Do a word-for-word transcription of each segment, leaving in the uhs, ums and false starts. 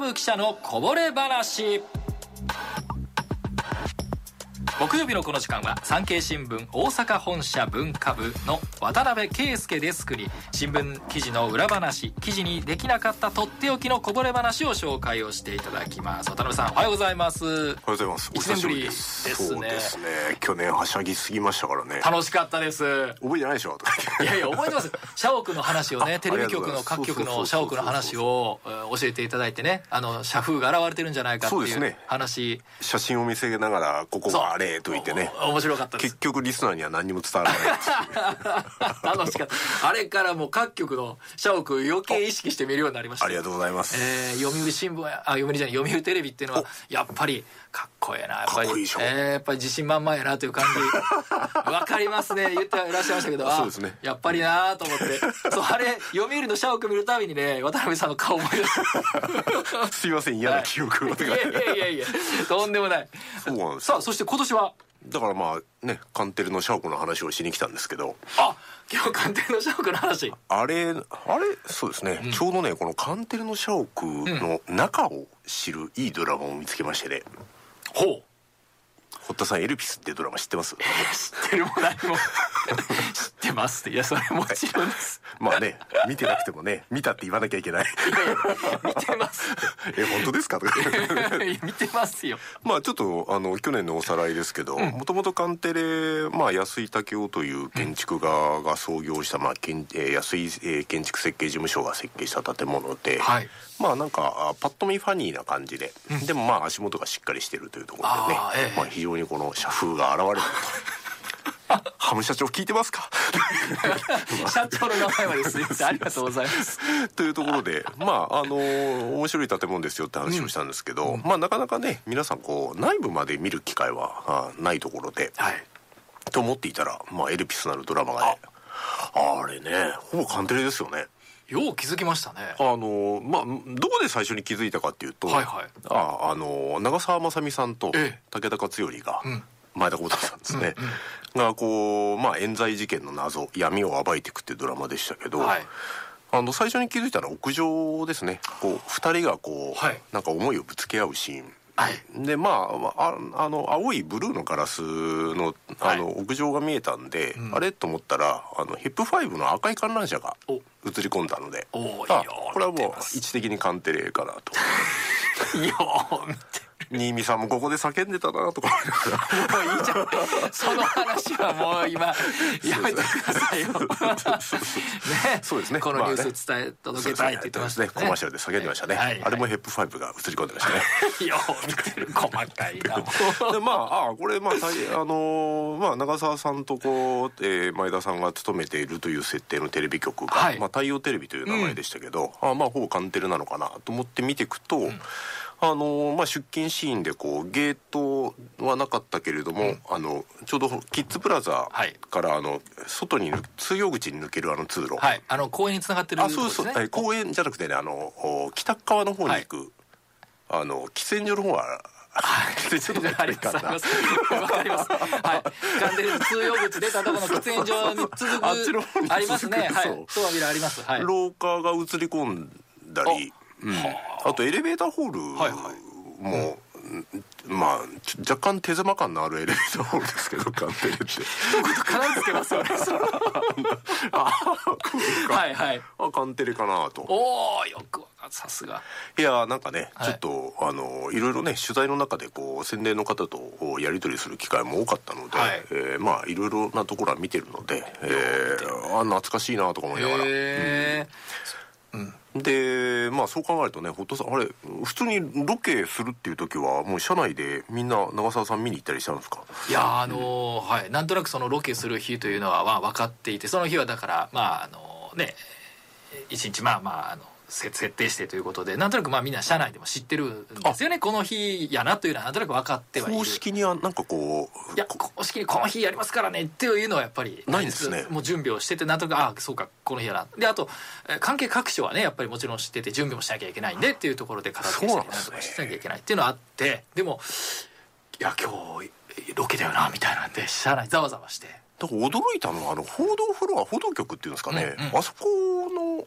記者のこぼれ話。木曜日のこの時間は産経新聞大阪本社文化部の渡辺圭介デスクに新聞記事の裏話、記事にできなかったとっておきのこぼれ話を紹介をしていただきます。渡辺さん、おはようございます。 おはようございます。 いちねんぶりですね。 そうですね。去年はしゃぎすぎましたからね。 楽しかったです。 覚えてないでしょとかいやいや覚えてます。社屋の話をね、テレビ局の各局の社屋の話を教えていただいてね、あの社風が現れてるんじゃないかっていう話、 ね、写真を見せながらここがあれと言ってね、 面白かったです。 結局リスナーには何にも伝わらない楽しかった。あれからもう各局の社屋余計意識して見るようになりました。 ありがとうございます。 えー、読売新聞やあ読売じゃない読売テレビっていうのはやっぱりかっこええな、やっぱりかっこいいでしょ、 えー、やっぱり自信満々やなという感じわかりますね。言っていらっしゃいましたけど、 そうですね、 やっぱりなと思ってそうあれ読売の社屋見るたびにね、渡辺さんの顔思い出すすいません、嫌な記憶を、 はい、いやいやいやいやとんでもない。 そうなんです。 さあ、そして今年はだからまあね、カンテレの社屋の話をしに来たんですけど、 あ、今日カンテレの社屋の話、あれあれそうですね、うん、ちょうどねこのカンテレの社屋の中を知るいいドラマを見つけましてね、 うん、ほう、 堀田さん、エルピスってドラマ知ってます？ えー、知ってるも何も知ってますって。いや、それもちろんです、 はい、まあね、見てなくてもね、見たって言わなきゃいけない。いやいや見てますってえ、本当ですかとか見てますよ。 まあちょっとあの去年のおさらいですけど、もともとカンテレ、まあ、安井武雄という建築家が創業した、まあけんえー、安井、えー、建築設計事務所が設計した建物で、はい、まあなんかパッと見ファニーな感じで、うん、でもまあ足元がしっかりしてるというところでね、あ、ええ、まあ、非常にこの社風が現れるとハム社長聞いてますか社長の名前まですいません、ありがとうございますというところで、まああのー、面白い建物ですよって話をしたんですけど、うん、まあなかなかね皆さんこう内部まで見る機会はないところで、はい、と思っていたら、まあ、エルピスなるドラマがね、 あ, あれねほぼカンテレですよね。 よう気づきましたね。 あのまあどこで最初に気づいたかっていうと、はいはい、ああの長澤まさみさんと武田勝頼が、うん、前田幸太さんですね、うんうん、がこう、まあ、冤罪事件の謎、闇を暴いていくっていうドラマでしたけど、はい、あの最初に気づいたのは屋上ですね。こうふたりがこう、はい、なんか思いをぶつけ合うシーン、はい、でまあ あ, あの青いブルーのガラス の, あの、はい、屋上が見えたんで、うん、あれと思ったらあのヘップファイブの赤い観覧車が映り込んだので、おあこれはもう位置的にカンテレかなといやー見て新見さんもここで叫んでたなとかもういいじゃんその話はもう今やめてくださいよね、 そうですね、 このニュース伝え届けたいって言ってましたね。 コマーシャルで叫んでましたね、はいはい、あれもヘップファイブが映り込んでましたねよう見てる、細かいなでまああこれまあ、あのー、まあ長澤さんとこう、えー、前田さんが勤めているという設定のテレビ局が、はい、まあ、太陽テレビという名前でしたけど、うん、あまあほぼカンテレなのかなと思って見ていくと、うん、あのまあ、出勤シーンでこうゲートはなかったけれども、うん、あのちょうどキッズプラザから、はい、あの外に通用口に抜けるあの通路、 はい、あの公園につながってるところですね。 あ、そうそう、公園じゃなくてね、あの北側の方に行く、はい、あの喫煙所の方は喫煙所ありますわかります、はい、完全に通用口出たところの喫煙所に続くあっちの方に続く、ありますね、はい、そうビルあります、はい、 廊下が映り込んだり、うん、あとエレベーターホールも、はいはい、うん、まあ若干手狭感のあるエレベーターホールですけどカンテレって一言必ずつけますよねあはいはい、 あカンテレかなと。 おお、よくわかる、さすが。 いやなんかね、はい、ちょっとあのいろいろね取材の中でこう宣伝の方とやり取りする機会も多かったので、はい、えー、まあいろいろなところは見てるので、えー、あ懐かしいなとか思いながら、へー、うんうん、でまあそう考えるとね、堀田さんあれ普通にロケするっていう時はもう社内でみんな長澤さん見に行ったりしたんですか？ いやあのー、はい、なんとなくそのロケする日というのはまあ分かっていて、その日はだからまああのね一日まあまああの設定してということで、なんとなくまあみんな社内でも知ってるんですよね。この日やなというのはなんとなく分かってはいる。 公式にはなんかこう、いや公式にこの日やりますからねっていうのはやっぱりないんですね。 もう準備をしてて、なんとなくああそうかこの日やな。であと関係各所はねやっぱりもちろん知ってて準備もしなきゃいけないんでっていうところで片付けしたりなんとかしなきゃいけないっていうのはあって、でもいや今日ロケだよなみたいなんで社内ざわざわして。 だから驚いたのはあの報道フロア報道局っていうんですかね、うんうん、あそこの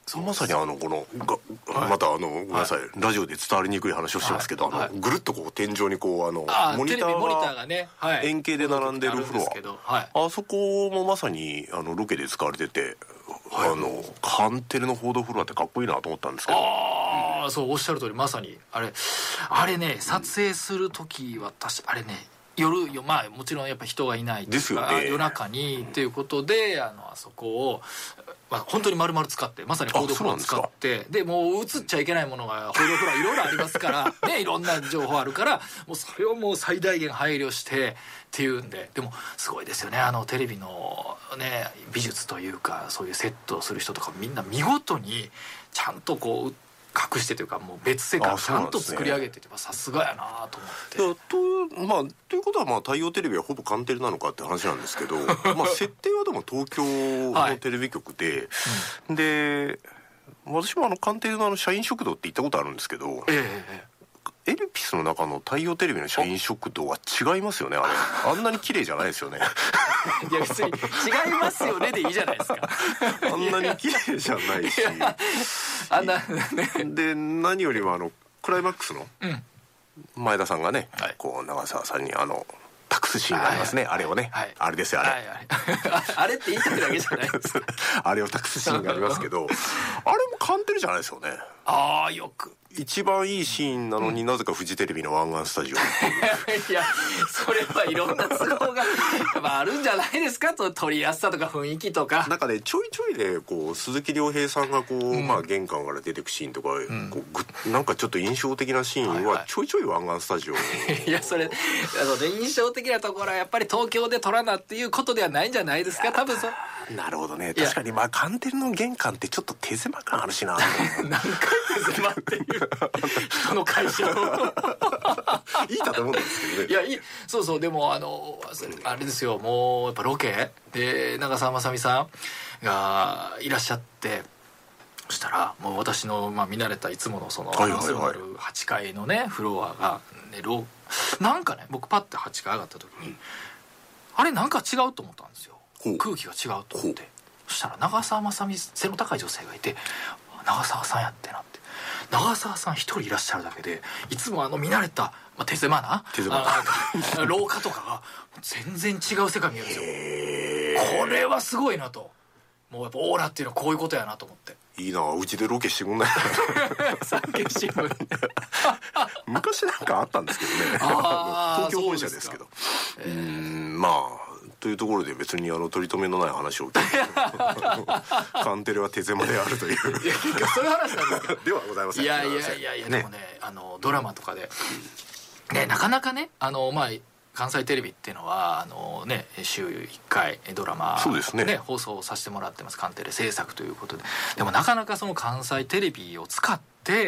まさにあのこのが、はい、またあのごめんなさい、はい、ラジオで伝わりにくい話をしてますけど、はい、あの、はい、ぐるっとこう天井にこうあのあモニターがね、 円形で並んでるフロア、はい、あそこもまさにあのロケで使われてて、はい、あのカンテレの報道フロアってかっこいいなと思ったんですけど、 ああ、そうおっしゃる通りまさにあれあれね撮影する時は確かあれね夜よ、まあもちろんやっぱ人がいないですよね、 夜中にっていうことであのあそこを、まあ、本当に丸々使ってまさに報道フロア使ってでもう映っちゃいけないものが報道フロアいろいろありますからね、いろんな情報あるからもうそれをもう最大限配慮してっていうんで、でもすごいですよね、あのテレビのね美術というかそういうセットをする人とかみんな見事にちゃんとこう隠してというかもう別世界をちゃんと作り上げててさすがやなと思って。 と, まあ、ということはまあ太陽テレビはほぼカンテレなのかって話なんですけどまあ設定はでも東京のテレビ局で、はいうん、で私もあのカンテレのあの社員食堂って行ったことあるんですけど、ええエルピスの中の太陽テレビの社員食堂は違いますよね、あれあんなに綺麗じゃないですよねいや別に違いますよねでいいじゃないですかあんなに綺麗じゃないしあんな、ね、 で何よりもあのクライマックスの前田さんがね、うん、こう長澤さんにあの託すシーンがありますね、あれをね、はい、あれですよあれ、はいはい、 あれって言いたくだけじゃないですかあれを託すシーンがありますけどあれもカンテレじゃないですよね。 ああよく一番いいシーンなのに、うん、なぜかフジテレビの湾岸スタジオいやそれはいろんな都合がやっぱあるんじゃないですかと、撮りやすさとか雰囲気とかなんかねちょいちょいでこう鈴木亮平さんがこう、うんまあ、玄関から出てくシーンとか、うん、こうぐなんかちょっと印象的なシーンはちょいちょい湾岸スタジオ、はいはい、いやそれあの、ね、印象的なところはやっぱり東京で撮らなっていうことではないんじゃないですか多分そなるほどね、確かにまあカンテレの玄関ってちょっと手狭感あるしな何回手狭っていう人の会社をいいかと思うんですけどね。 いやいいそうそうでもあのあれですよ、もうやっぱロケで長澤まさみさんがいらっしゃって、そしたらもう私の、まあ、見慣れたいつものそのはちかいのねフロアが、ね、ロなんかね僕パッてはちかい上がった時に、うん、あれなんか違うと思ったんですよ、空気が違うと思って。そしたら長澤まさみ背の高い女性がいて、長澤さんやってなって、長澤さん一人いらっしゃるだけでいつもあの見慣れた、まあ、手狭な手狭な廊下とかが全然違う世界見えるんですよ。これはすごいなと、もうやっぱオーラっていうのはこういうことやなと思って。 いいな、うちでロケしてくんない産経新聞昔なんかあったんですけどね東京本社ですけど、うーんまあというところで別にあの取り留めのない話を聞いてカンテレは手狭であるといういやそういう話なんですかではございません。 いやいやいやいや、ね、でもねあのドラマとかで、ね、なかなかねあのまあ関西テレビっていうのはあの、ね、週いっかいドラマ、ねね、放送させてもらってます。カンテレ制作ということで、でもなかなかその関西テレビを使って、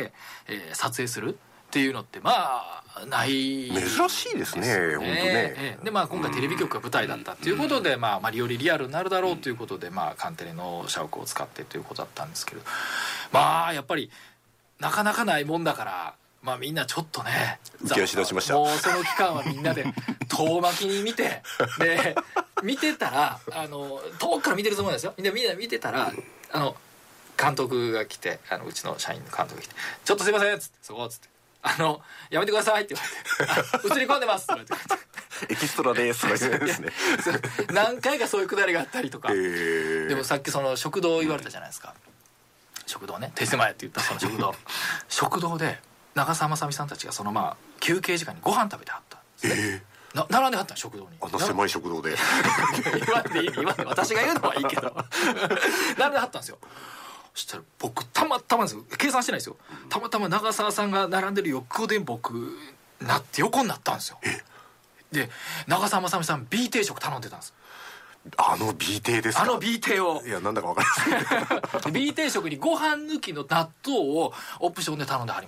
えー、撮影するっていうのってまあない珍しいですね、本当ね、 えー、でまあ今回テレビ局が舞台だったっていうことで、まあ、まあよりリアルになるだろうということで、まあカンテレの社屋を使ってということだったんですけど、まあやっぱりなかなかないもんだから、まあみんなちょっとね浮き足立ちました。 もうその期間はみんなで遠巻きに見てで見てたらあの遠くから見てるつもりですよ。みんなみんな見てたらあの監督が来て、あのうちの社員の監督が来て、ちょっとすいませんっつって、そこっつって、あのやめてくださいって言われて映り込んでますって言われてエキストラですとか言うんですね何回かそういうくだりがあったりとか、えー、でもさっきその食堂言われたじゃないですか、食堂ね、手狭いって言ったその食堂食堂で長澤まさみさんたちがそのまあ休憩時間にご飯食べてはったんですね、えー、な並んではったん食堂に、 あの狭い食堂で言わんでいい言わんで私が言うのはいいけど並んではったんですよ。そしたら僕たまたまですよ、計算してないですよ、たまたま長澤さんが並んでる横で僕なって横になったんですよ。で長澤まさみさん B 定食頼んでたんです。 あの B 定ですか。 あの B 定を、 いやなんだか分かりませんビー定食にご飯抜きの納豆をオプションで頼んではりました。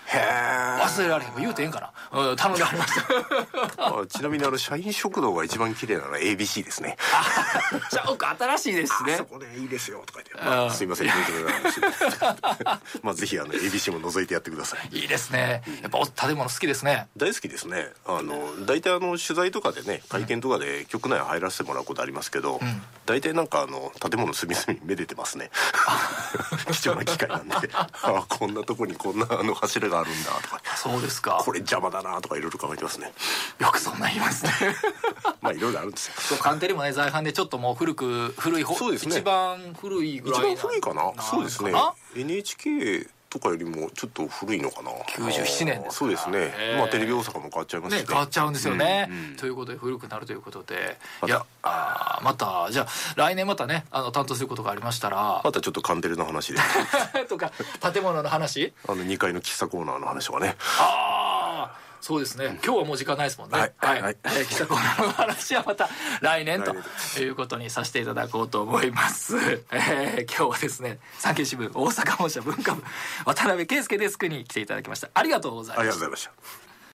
へえ。 忘れられへん。言うてええんかな、うん、頼んでありましたちなみにあの社員食堂が一番綺麗なのは エービーシー ですね。 じゃあ新しいですね。 あそこでいいですよとか言って、まあ、すいませんまあぜひあの エービーシー も覗いてやってください。 いいですね。やっぱ建物好きですね。 大好きですね。あの大体あの取材とかでね、体験とかで局内入らせてもらうことありますけど、うん、大体なんかあの建物隅々めでてますね貴重な機会なんであこんなとこにこんなあの柱があるんだとか、 そうですか、 これ邪魔だなとかいろいろ考えてますね。 よくそんな言いますねまあいろいろあるんですよ。 そうカンテレもね在阪でちょっともう古く古い方、そうですね、一番古いぐらい一番古いかな。そうですね、 エヌエイチケー とかよりもちょっと古いのかな。 きゅうじゅうななねんですか。 そうですね、まあテレビ大阪も変わっちゃいますし ね, ね変わっちゃうんですよね、 うんうん、 ということで古くなるということで、いやあまたじゃあ来年またねあの担当することがありましたらまたちょっとカンテレの話でとか建物の話あのにかいの喫茶コーナーの話とかね。 ああそうですね、今日はもう時間ないですもんね。はい、はいはい、えー、喫茶コーナーの話はまた来年ということにさせていただこうと思います、えー、今日はですね産経新聞大阪本社文化部渡辺圭介デスクに来ていただきました。ありがとうございました。 ありがとうございました。